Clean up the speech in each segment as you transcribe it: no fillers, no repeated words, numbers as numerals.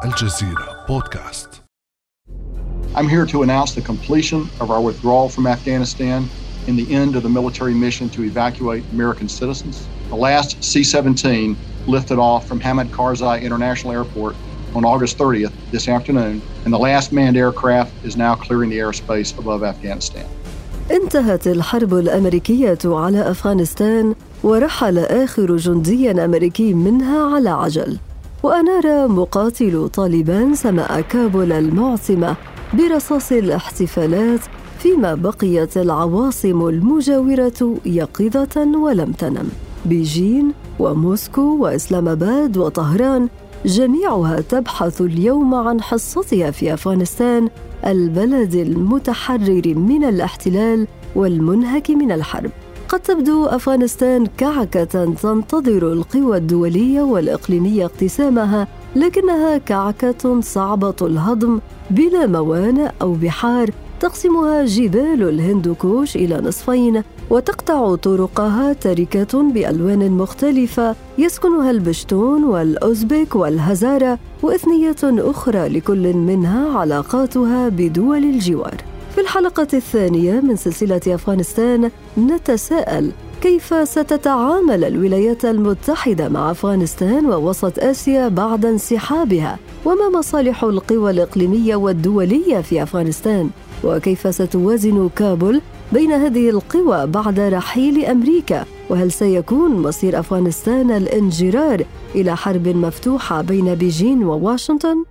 الجزيرة بودكاست. I'm here to announce the completion of our withdrawal from Afghanistan and the end of the military mission to evacuate American citizens. The last C-17 lifted off from Hamid Karzai International Airport on August 30th this afternoon, and the last manned aircraft is now clearing the airspace above Afghanistan. انتهت الحرب الأمريكية على أفغانستان ورحل آخر جندي أمريكي منها على عجل، وأنار مقاتلو طالبان سماء كابول المعتمة برصاص الاحتفالات، فيما بقيت العواصم المجاورة يقظة ولم تنم. بيجين وموسكو وإسلام آباد وطهران جميعها تبحث اليوم عن حصتها في أفغانستان، البلد المتحرر من الاحتلال والمنهك من الحرب. قد تبدو أفغانستان كعكة تنتظر القوى الدولية والإقليمية اقتسامها، لكنها كعكة صعبة الهضم بلا موانئ أو بحار تقسمها جبال الهندوكوش إلى نصفين، وتقطع طرقها تركة بألوان مختلفة يسكنها البشتون والأوزبك والهزارة، وإثنية أخرى لكل منها علاقاتها بدول الجوار. في الحلقة الثانية من سلسلة أفغانستان نتساءل: كيف ستتعامل الولايات المتحدة مع أفغانستان ووسط آسيا بعد انسحابها؟ وما مصالح القوى الإقليمية والدولية في أفغانستان؟ وكيف ستوازن كابول بين هذه القوى بعد رحيل أمريكا؟ وهل سيكون مصير أفغانستان الانجرار إلى حرب مفتوحة بين بيجين وواشنطن؟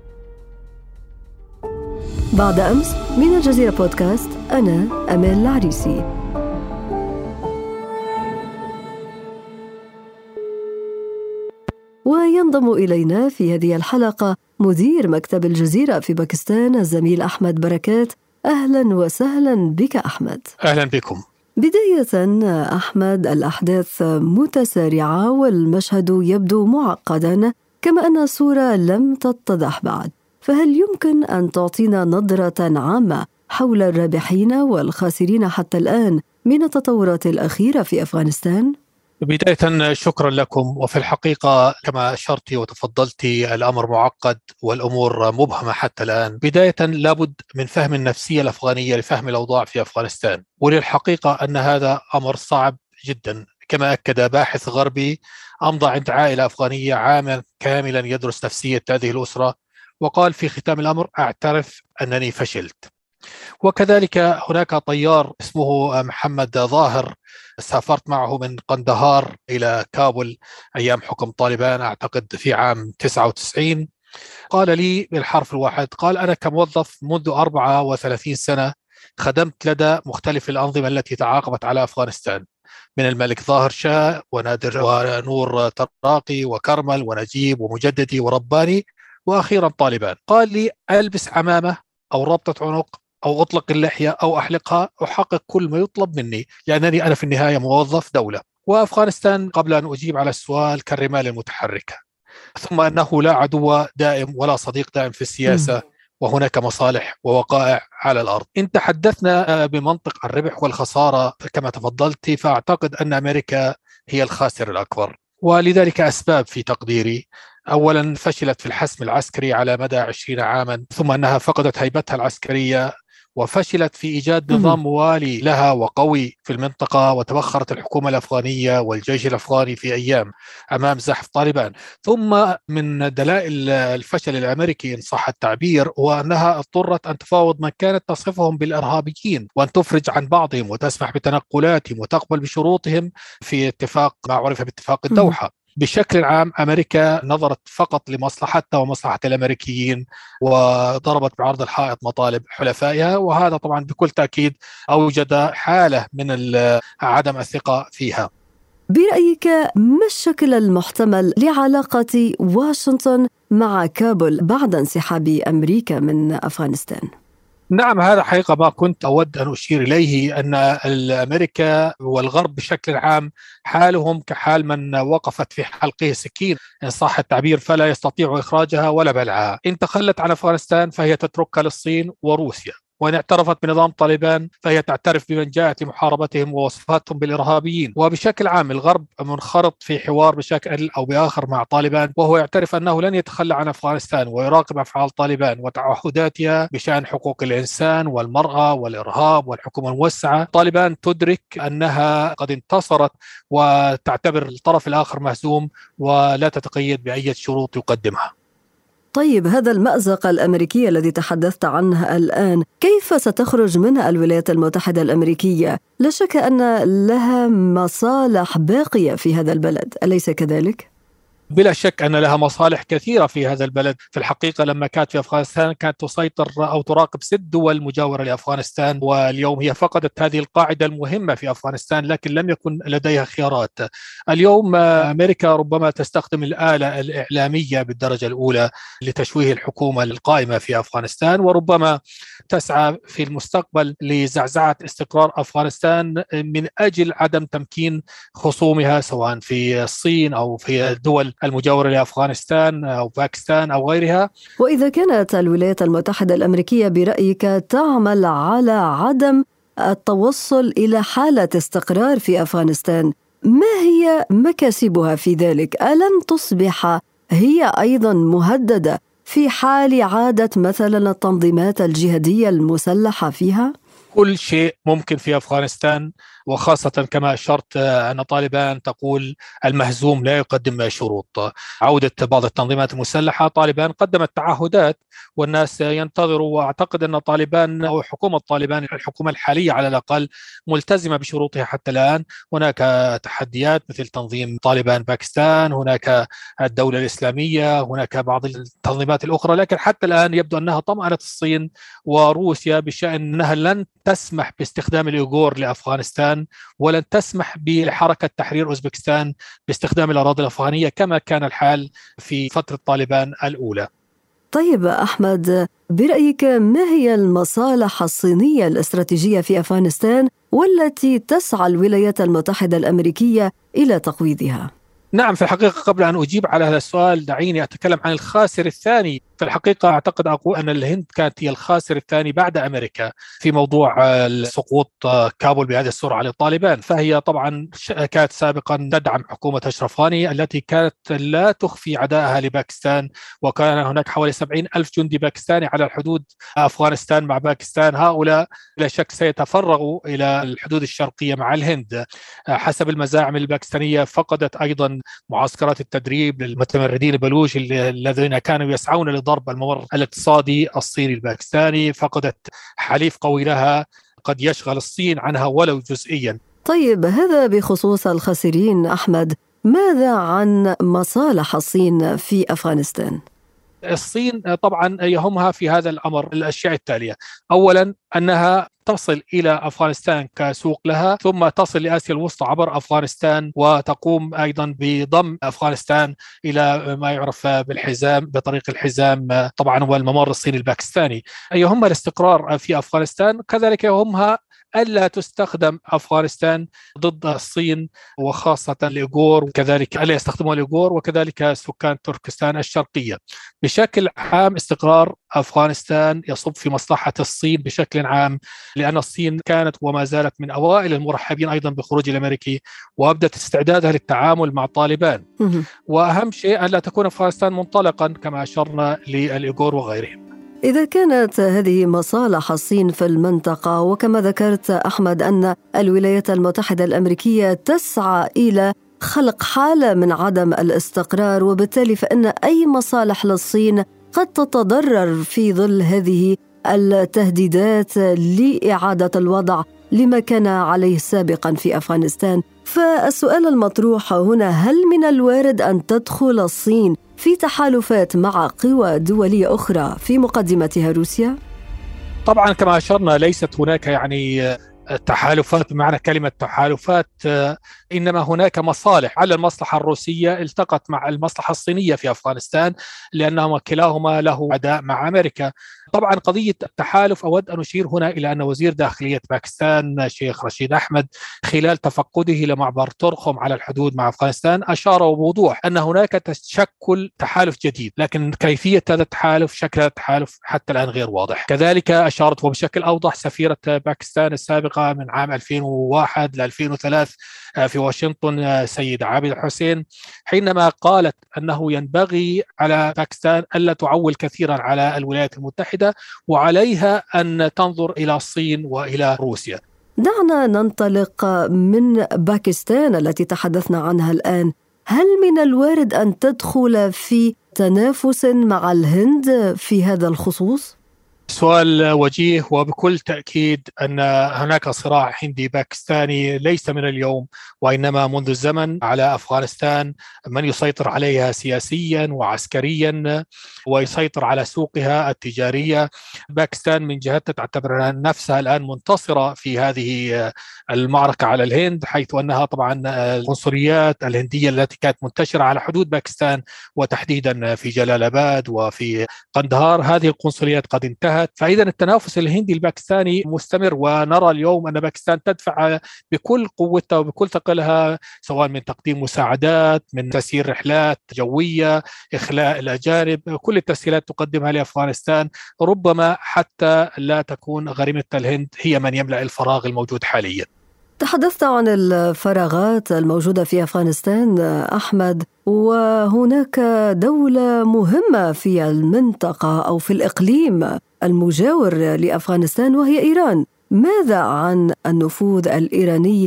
بعد أمس من الجزيرة بودكاست، أنا أمال العريسي. وينضم إلينا في هذه الحلقة مدير مكتب الجزيرة في باكستان الزميل أحمد بركات. أهلا وسهلا بك أحمد. أهلا بكم. بداية أحمد، الأحداث متسارعة والمشهد يبدو معقدا، كما أن الصورة لم تتضح بعد، فهل يمكن أن تعطينا نظرة عامة حول الرابحين والخاسرين حتى الآن من التطورات الأخيرة في أفغانستان؟ بداية شكرا لكم. وفي الحقيقة كما أشرت وتفضلت، الأمر معقد والأمور مبهمة حتى الآن. بداية لابد من فهم النفسية الأفغانية لفهم الأوضاع في أفغانستان، وللحقيقة أن هذا أمر صعب جدا، كما أكد باحث غربي أمضى عند عائلة أفغانية عاما كاملا يدرس نفسية هذه الأسرة، وقال في ختام الأمر: أعترف أنني فشلت. وكذلك هناك طيار اسمه محمد ظاهر، سافرت معه من قندهار إلى كابول أيام حكم طالبان، أعتقد في عام 99. قال لي بالحرف الواحد، قال: أنا كموظف منذ 34 سنة خدمت لدى مختلف الأنظمة التي تعاقبت على أفغانستان، من الملك ظاهر شاه ونادر ونور تراقي وكرمل ونجيب ومجددي ورباني وأخيرا طالبان. قال لي: ألبس عمامة أو ربطة عنق أو أطلق اللحية أو أحلقها، أحقق كل ما يطلب مني، لأنني أنا في النهاية موظف دولة. وأفغانستان، قبل أن أجيب على السؤال، كالرمال المتحركة، ثم أنه لا عدو دائم ولا صديق دائم في السياسة، وهناك مصالح ووقائع على الأرض. إن تحدثنا بمنطق الربح والخسارة كما تفضلت، فأعتقد أن أمريكا هي الخاسر الأكبر، ولذلك أسباب في تقديري. أولا، فشلت في الحسم العسكري على مدى 20 عاما، ثم أنها فقدت هيبتها العسكرية، وفشلت في إيجاد نظام موالي لها وقوي في المنطقة، وتبخرت الحكومة الأفغانية والجيش الأفغاني في أيام أمام زحف طالبان. ثم من دلائل الفشل الأمريكي إن صح التعبير هو أنها اضطرت أن تفاوض من كانت تصفهم بالإرهابيين، وأن تفرج عن بعضهم وتسمح بتنقلاتهم وتقبل بشروطهم في اتفاق ما عرف باتفاق الدوحة. بشكل عام أمريكا نظرت فقط لمصلحتها ومصلحة الأمريكيين، وضربت بعرض الحائط مطالب حلفائها، وهذا طبعا بكل تأكيد أوجد حالة من عدم الثقة فيها. برأيك ما الشكل المحتمل لعلاقة واشنطن مع كابول بعد انسحاب أمريكا من أفغانستان؟ نعم، هذا حقيقة ما كنت أود أن أشير إليه، أن أمريكا والغرب بشكل عام حالهم كحال من وقفت في حلقه سكين إن صح التعبير، فلا يستطيع إخراجها ولا بلعها. إن تخلت عن أفغانستان فهي تتركها للصين وروسيا، وإن اعترفت بنظام طالبان فهي تعترف بمن جاءت لمحاربتهم ووصفاتهم بالإرهابيين. وبشكل عام الغرب منخرط في حوار بشكل أو بآخر مع طالبان، وهو يعترف أنه لن يتخلى عن أفغانستان ويراقب أفعال طالبان وتعهداتها بشأن حقوق الإنسان والمرأة والإرهاب والحكومة الموسعة. طالبان تدرك أنها قد انتصرت وتعتبر الطرف الآخر مهزوم ولا تتقيد بأي شروط يقدمها. طيب، هذا المأزق الأمريكي الذي تحدثت عنه الآن كيف ستخرج منه الولايات المتحدة الأمريكية؟ لا شك أن لها مصالح باقية في هذا البلد، أليس كذلك؟ بلا شك أن لها مصالح كثيرة في هذا البلد. في الحقيقة لما كانت في أفغانستان كانت تسيطر أو تراقب 6 دول مجاورة لأفغانستان، واليوم هي فقدت هذه القاعدة المهمة في أفغانستان، لكن لم يكن لديها خيارات. اليوم أمريكا ربما تستخدم الآلة الإعلامية بالدرجة الأولى لتشويه الحكومة القائمة في أفغانستان، وربما تسعى في المستقبل لزعزعة استقرار أفغانستان من أجل عدم تمكين خصومها سواء في الصين أو في الدول المجاورة لأفغانستان أو باكستان أو غيرها. وإذا كانت الولايات المتحدة الأمريكية برأيك تعمل على عدم التوصل إلى حالة استقرار في أفغانستان، ما هي مكاسبها في ذلك؟ ألن تصبح هي أيضا مهددة في حال عادة مثلا التنظيمات الجهادية المسلحة فيها؟ كل شيء ممكن في أفغانستان، وخاصة كما أشرت أن طالبان تقول المهزوم لا يقدم شروط. عودة بعض التنظيمات المسلحة، طالبان قدمت تعهدات والناس ينتظروا، وأعتقد أن طالبان أو حكومة طالبان الحكومة الحالية على الأقل ملتزمة بشروطها حتى الآن. هناك تحديات مثل تنظيم طالبان باكستان، هناك الدولة الإسلامية، هناك بعض التنظيمات الأخرى، لكن حتى الآن يبدو أنها طمأنت الصين وروسيا بشأن أنها لن تسمح باستخدام الإيغور لأفغانستان، ولن تسمح بحركة تحرير أوزبكستان باستخدام الأراضي الأفغانية كما كان الحال في فترة طالبان الأولى. طيب أحمد، برأيك ما هي المصالح الصينية الاستراتيجية في أفغانستان والتي تسعى الولايات المتحدة الأمريكية إلى تقويضها؟ نعم، في الحقيقة قبل أن أجيب على هذا السؤال دعيني أتكلم عن الخاسر الثاني. في الحقيقة أعتقد أقول أن الهند كانت هي الخاسر الثاني بعد أمريكا في موضوع سقوط كابول بهذه السرعة للطالبان. فهي طبعا كانت سابقا تدعم حكومة أشرف غني التي كانت لا تخفي عداءها لباكستان، وكان هناك حوالي 70,000 جندي باكستاني على الحدود أفغانستان مع باكستان. هؤلاء لا شك سيتفرغوا إلى الحدود الشرقية مع الهند. حسب المزاعم الباكستانية فقدت أيضا معسكرات التدريب للمتمردين البلوش الذين كانوا يسعون لضرب الممر الاقتصادي الصيني الباكستاني. فقدت حليف قوي لها قد يشغل الصين عنها ولو جزئيا. طيب، هذا بخصوص الخاسرين. أحمد، ماذا عن مصالح الصين في أفغانستان؟ الصين طبعا يهمها في هذا الأمر الأشياء التالية: أولا أنها تصل إلى أفغانستان كسوق لها، ثم تصل لآسيا الوسطى عبر أفغانستان، وتقوم أيضا بضم أفغانستان إلى ما يعرف بالحزام، بطريق الحزام طبعا والممر الصيني الباكستاني. يهمها الاستقرار في أفغانستان، كذلك يهمها ألا تستخدم أفغانستان ضد الصين وخاصة الإيغور، وكذلك ألا يستخدموا الإيغور وكذلك سكان تركستان الشرقية. بشكل عام استقرار أفغانستان يصب في مصلحة الصين بشكل عام، لأن الصين كانت وما زالت من أوائل المرحبين أيضا بخروج الأمريكي، وأبدت استعدادها للتعامل مع طالبان. وأهم شيء أن لا تكون أفغانستان منطلقا كما أشرنا للإيغور وغيرهم. إذا كانت هذه مصالح الصين في المنطقة، وكما ذكرت أحمد أن الولايات المتحدة الأمريكية تسعى إلى خلق حالة من عدم الاستقرار، وبالتالي فإن أي مصالح للصين قد تتضرر في ظل هذه التهديدات لإعادة الوضع لما كان عليه سابقا في أفغانستان. فالسؤال المطروح هنا: هل من الوارد أن تدخل الصين في تحالفات مع قوى دولية أخرى في مقدمتها روسيا؟ طبعا كما أشرنا ليست هناك تحالفات بمعنى كلمة تحالفات، إنما هناك مصالح. على المصلحة الروسية التقت مع المصلحة الصينية في أفغانستان، لأنهما كلاهما له عداء مع أمريكا. طبعا قضية التحالف أود أن أشير هنا إلى أن وزير داخلية باكستان الشيخ رشيد أحمد خلال تفقده لمعبر ترخم على الحدود مع أفغانستان أشار بوضوح أن هناك تشكل تحالف جديد، لكن كيفية هذا التحالف، شكل هذا التحالف حتى الآن غير واضح. كذلك أشارت وبشكل أوضح سفيرة باكستان السابقة من عام 2001 ل 2003 في واشنطن سيدة عابدة حسين، حينما قالت أنه ينبغي على باكستان ألا تعول كثيرا على الولايات المتحدة وعليها أن تنظر إلى الصين وإلى روسيا. دعنا ننطلق من باكستان التي تحدثنا عنها الآن. هل من الوارد أن تدخل في تنافس مع الهند في هذا الخصوص؟ سؤال وجيه، وبكل تأكيد أن هناك صراع هندي باكستاني ليس من اليوم وإنما منذ الزمن على أفغانستان، من يسيطر عليها سياسيا وعسكريا ويسيطر على سوقها التجارية. باكستان من جهتها تعتبر نفسها الآن منتصرة في هذه المعركة على الهند، حيث أنها طبعا القنصليات الهندية التي كانت منتشرة على حدود باكستان وتحديدا في جلال آباد وفي قندهار، هذه القنصليات قد انتهت. فإذا التنافس الهندي الباكستاني مستمر، ونرى اليوم أن باكستان تدفع بكل قوتها وبكل ثقلها، سواء من تقديم مساعدات، من تسيير رحلات جوية، إخلاء الأجانب، كل التسهيلات تقدمها لأفغانستان، ربما حتى لا تكون غريمة الهند هي من يملأ الفراغ الموجود حاليا. تحدثت عن الفراغات الموجودة في أفغانستان أحمد، وهناك دولة مهمة في المنطقة أو في الإقليم المجاور لأفغانستان وهي إيران. ماذا عن النفوذ الإيراني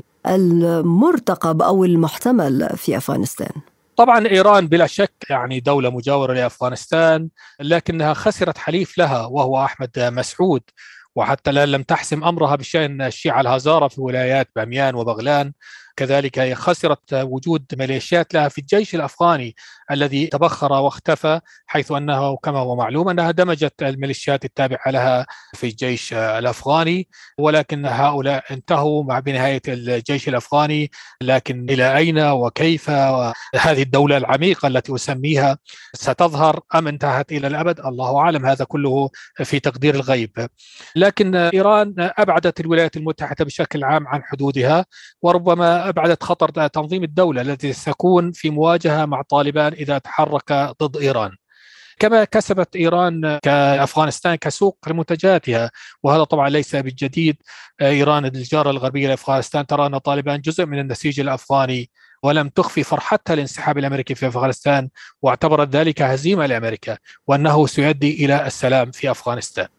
المرتقب أو المحتمل في أفغانستان؟ طبعا إيران بلا شك يعني دولة مجاورة لأفغانستان، لكنها خسرت حليف لها وهو أحمد مسعود، وحتى الآن لم تحسم أمرها بشأن الشيعة الهزارة في ولايات بامیان وبغلان. كذلك هي خسرت وجود ميليشيات لها في الجيش الأفغاني الذي تبخر واختفى، حيث أنه كما هو معلوم أنها دمجت الميليشيات التابعة لها في الجيش الأفغاني، ولكن هؤلاء انتهوا بنهاية الجيش الأفغاني. لكن إلى أين وكيف هذه الدولة العميقة التي أسميها ستظهر أم انتهت إلى الأبد؟ الله أعلم، هذا كله في تقدير الغيب. لكن إيران أبعدت الولايات المتحدة بشكل عام عن حدودها، وربما أبعدت خطر تنظيم الدولة التي ستكون في مواجهة مع طالبان إذا تحرك ضد إيران. كما كسبت إيران كأفغانستان كسوق لمنتجاتها، وهذا طبعا ليس بالجديد. إيران الجارة الغربية لأفغانستان ترى أن طالبان جزء من النسيج الأفغاني، ولم تخفي فرحتها الانسحاب الأمريكي في أفغانستان، واعتبرت ذلك هزيمة لأمريكا وأنه سيؤدي إلى السلام في أفغانستان.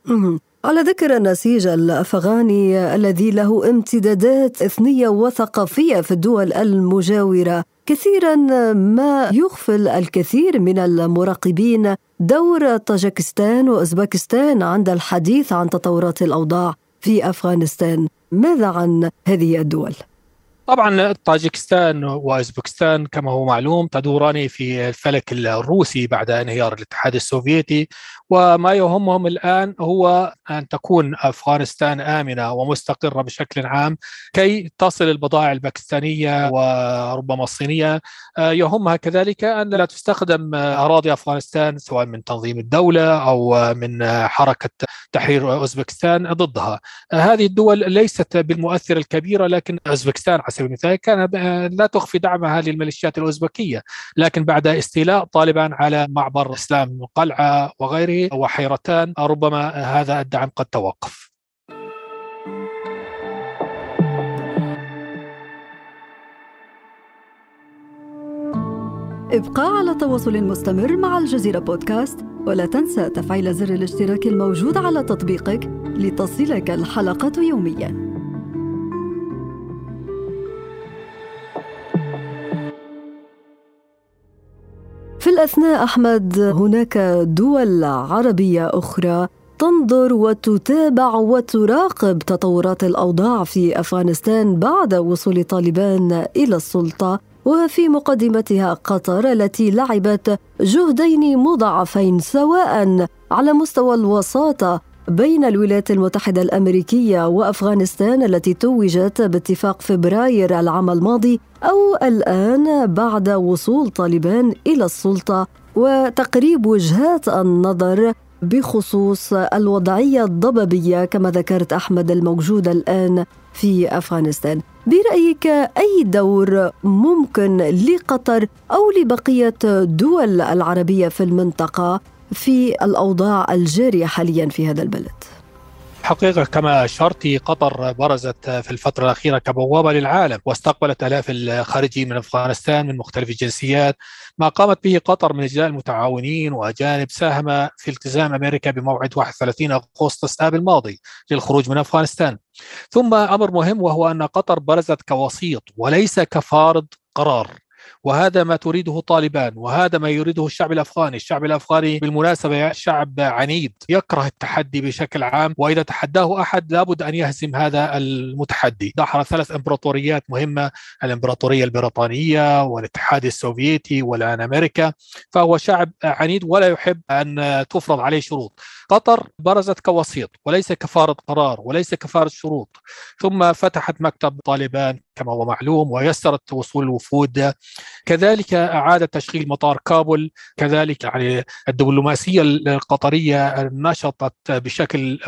على ذكر النسيج الأفغاني الذي له امتدادات إثنية وثقافية في الدول المجاورة، كثيرا ما يغفل الكثير من المراقبين دور طاجكستان وأوزبكستان عند الحديث عن تطورات الأوضاع في أفغانستان. ماذا عن هذه الدول؟ طبعا طاجكستان وأوزبكستان كما هو معلوم تدوران في الفلك الروسي بعد انهيار الاتحاد السوفيتي، وما يهمهم الآن هو أن تكون أفغانستان آمنة ومستقرة بشكل عام كي تصل البضائع الباكستانية وربما الصينية. يهمها كذلك أن لا تستخدم أراضي أفغانستان سواء من تنظيم الدولة أو من حركة تحرير أوزبكستان ضدها. هذه الدول ليست بالمؤثرة الكبيرة، لكن أوزبكستان على سبيل المثال كان لا تخفي دعمها للميليشيات الأوزبكية، لكن بعد استيلاء طالبان على معبر إسلام قلعة وغيره وحيرتان ربما هذا الدعم قد توقف. ابقى على تواصل مستمر مع الجزيرة بودكاست، ولا تنسى تفعيل زر الاشتراك الموجود على تطبيقك لتصلك الحلقة يومياً. في الأثناء أحمد، هناك دول عربية أخرى تنظر وتتابع وتراقب تطورات الأوضاع في أفغانستان بعد وصول طالبان إلى السلطة، وفي مقدمتها قطر التي لعبت جهدين مضاعفين سواء على مستوى الوساطة بين الولايات المتحدة الأمريكية وأفغانستان التي توجت باتفاق فبراير العام الماضي، أو الآن بعد وصول طالبان إلى السلطة وتقريب وجهات النظر بخصوص الوضعية الضبابية كما ذكرت أحمد الموجودة الآن في أفغانستان. برأيك أي دور ممكن لقطر أو لبقية الدول العربية في المنطقة في الأوضاع الجارية حاليا في هذا البلد؟ حقيقة كما أشرت، قطر برزت في الفترة الأخيرة كبوابة للعالم واستقبلت آلاف الخارجين من أفغانستان من مختلف الجنسيات. ما قامت به قطر من إجلاء المتعاونين وأجانب ساهم في التزام أمريكا بموعد 31 أغسطس آب الماضي للخروج من أفغانستان. ثم أمر مهم، وهو أن قطر برزت كوسيط وليس كفارض قرار، وهذا ما تريده طالبان، وهذا ما يريده الشعب الأفغاني. الشعب الأفغاني بالمناسبة شعب عنيد يكره التحدي بشكل عام، وإذا تحداه أحد لابد أن يهزم هذا المتحدي. دحر 3 إمبراطوريات مهمة، الإمبراطورية البريطانية والاتحاد السوفيتي والآن أمريكا، فهو شعب عنيد ولا يحب أن تفرض عليه شروط. قطر برزت كوسيط وليس كفارض قرار وليس كفارض شروط، ثم فتحت مكتب طالبان كما هو معلوم ويسرت وصول الوفود، كذلك أعادت تشغيل مطار كابول، كذلك يعني الدبلوماسية القطرية نشطت بشكل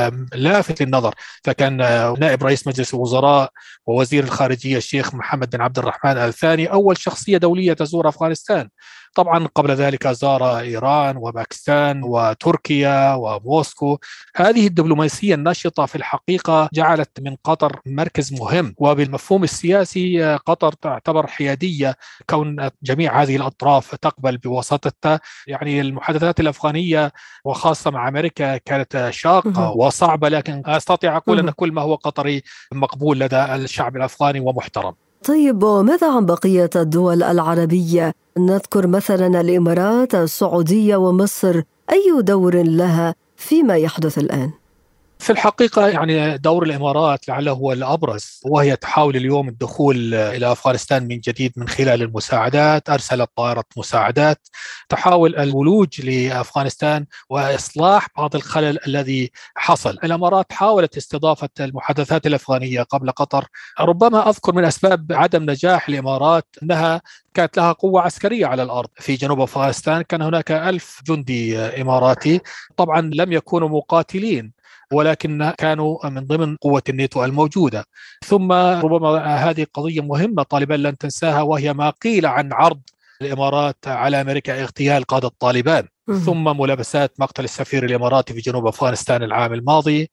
لافت للنظر. فكان نائب رئيس مجلس الوزراء ووزير الخارجية الشيخ محمد بن عبد الرحمن آل ثاني أول شخصية دولية تزور أفغانستان. طبعا قبل ذلك زار إيران وباكستان وتركيا وموسكو. هذه الدبلوماسية النشطة في الحقيقة جعلت من قطر مركز مهم، وبالمفهوم السياسي قطر تعتبر حيادية، كون جميع هذه الأطراف تقبل بوساطتها. يعني المحادثات الأفغانية وخاصة مع أمريكا كانت شاقة وصعبة، لكن أستطيع أقول أن كل ما هو قطري مقبول لدى الشعب الأفغاني ومحترم. طيب، وماذا عن بقية الدول العربية؟ نذكر مثلا الإمارات، السعودية ومصر، أي دور لها فيما يحدث الآن؟ في الحقيقة يعني دور الإمارات لعله هو الأبرز، وهي تحاول اليوم الدخول إلى أفغانستان من جديد من خلال المساعدات. أرسلت طائرة مساعدات تحاول الولوج لأفغانستان وإصلاح بعض الخلل الذي حصل. الإمارات حاولت استضافة المحادثات الأفغانية قبل قطر. ربما أذكر من أسباب عدم نجاح الإمارات أنها كانت لها قوة عسكرية على الأرض في جنوب أفغانستان، كان هناك 1000 جندي إماراتي، طبعا لم يكونوا مقاتلين ولكن كانوا من ضمن قوة الناتو الموجودة. ثم ربما هذه قضية مهمة طالبان لن تنساها، وهي ما قيل عن عرض الإمارات على أمريكا اغتيال قادة طالبان، ثم ملابسات مقتل السفير الإماراتي في جنوب أفغانستان العام الماضي.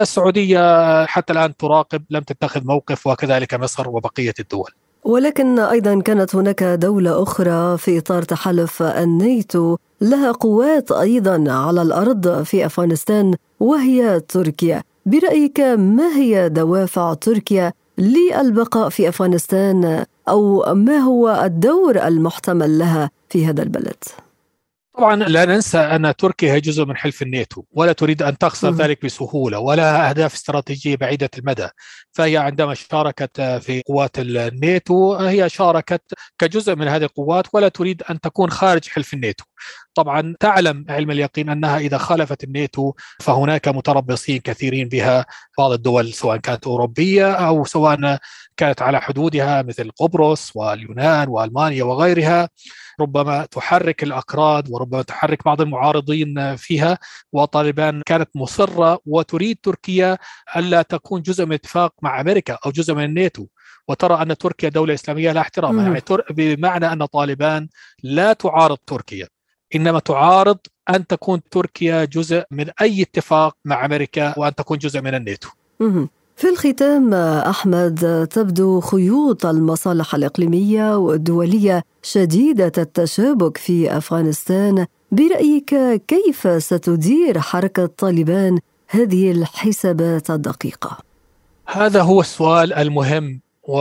السعودية حتى الآن تراقب، لم تتخذ موقف، وكذلك مصر وبقية الدول. ولكن أيضا كانت هناك دولة أخرى في إطار تحالف الناتو لها قوات أيضا على الأرض في أفغانستان، وهي تركيا. برأيك ما هي دوافع تركيا للبقاء في أفغانستان، أو ما هو الدور المحتمل لها في هذا البلد؟ طبعا لا ننسى أن تركيا هي جزء من حلف الناتو ولا تريد أن تخسر ذلك بسهولة، ولها أهداف استراتيجية بعيدة المدى. فهي عندما شاركت في قوات الناتو هي شاركت كجزء من هذه القوات ولا تريد أن تكون خارج حلف الناتو. طبعا تعلم علم اليقين أنها إذا خالفت الناتو فهناك متربصين كثيرين بها، بعض الدول سواء كانت أوروبية أو سواء كانت على حدودها مثل قبرص واليونان وألمانيا وغيرها، ربما تحرك الأكراد وربما تحرك بعض المعارضين فيها. وطالبان كانت مصرة وتريد تركيا ألا تكون جزء من اتفاق مع أمريكا أو جزء من الناتو، وترى أن تركيا دولة إسلامية لا احترام. يعني بمعنى أن طالبان لا تعارض تركيا، إنما تعارض أن تكون تركيا جزء من أي اتفاق مع أمريكا وأن تكون جزء من الناتو. في الختام أحمد، تبدو خيوط المصالح الإقليمية والدولية شديدة التشابك في أفغانستان. برأيك كيف ستدير حركة طالبان هذه الحسابات الدقيقة؟ هذا هو السؤال المهم،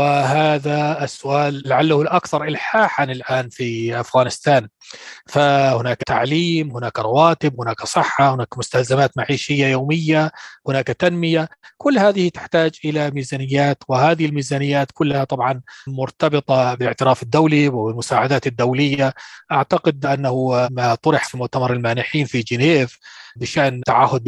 وهذا السؤال لعله الأكثر إلحاحا الآن في أفغانستان. فهناك تعليم، هناك رواتب، هناك صحة، هناك مستلزمات معيشية يومية، هناك تنمية، كل هذه تحتاج إلى ميزانيات، وهذه الميزانيات كلها طبعا مرتبطة بالاعتراف الدولي والمساعدات الدولية. أعتقد أنه ما طرح في مؤتمر المانحين في جنيف بشأن تعهد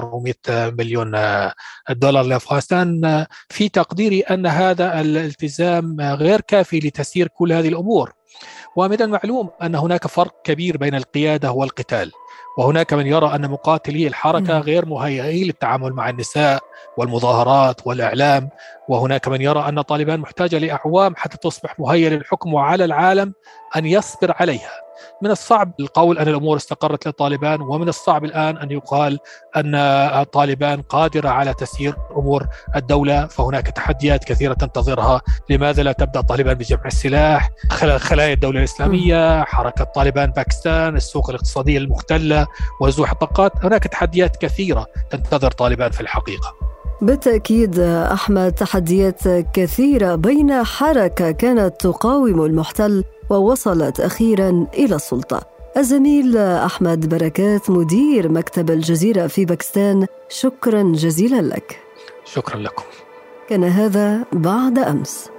ب1.1 مليار دولار لأفغانستان، في تقديري أن هذا الالتزام غير كافي لتسيير كل هذه الأمور. ومن المعلوم أن هناك فرق كبير بين القيادة والقتال، وهناك من يرى أن مقاتلي الحركة غير مهيئين للتعامل مع النساء والمظاهرات والإعلام، وهناك من يرى أن طالبان محتاجة لأعوام حتى تصبح مهيئة للحكم، وعلى العالم أن يصبر عليها. من الصعب القول أن الأمور استقرت لطالبان، ومن الصعب الآن أن يقال أن طالبان قادرة على تسيير أمور الدولة، فهناك تحديات كثيرة تنتظرها. لماذا لا تبدأ طالبان بجمع السلاح؟ خلايا الدولة الإسلامية، حركة طالبان باكستان، السوق الاقتصادية المختلة، وزوح الطاقات. هناك تحديات كثيرة تنتظر طالبان في الحقيقة. بالتأكيد أحمد، تحديات كثيرة بين حركة كانت تقاوم المحتل ووصلت أخيراً إلى السلطة. الزميل أحمد بركات، مدير مكتب الجزيرة في باكستان، شكراً جزيلاً لك. شكراً لكم. كان هذا بعد أمس.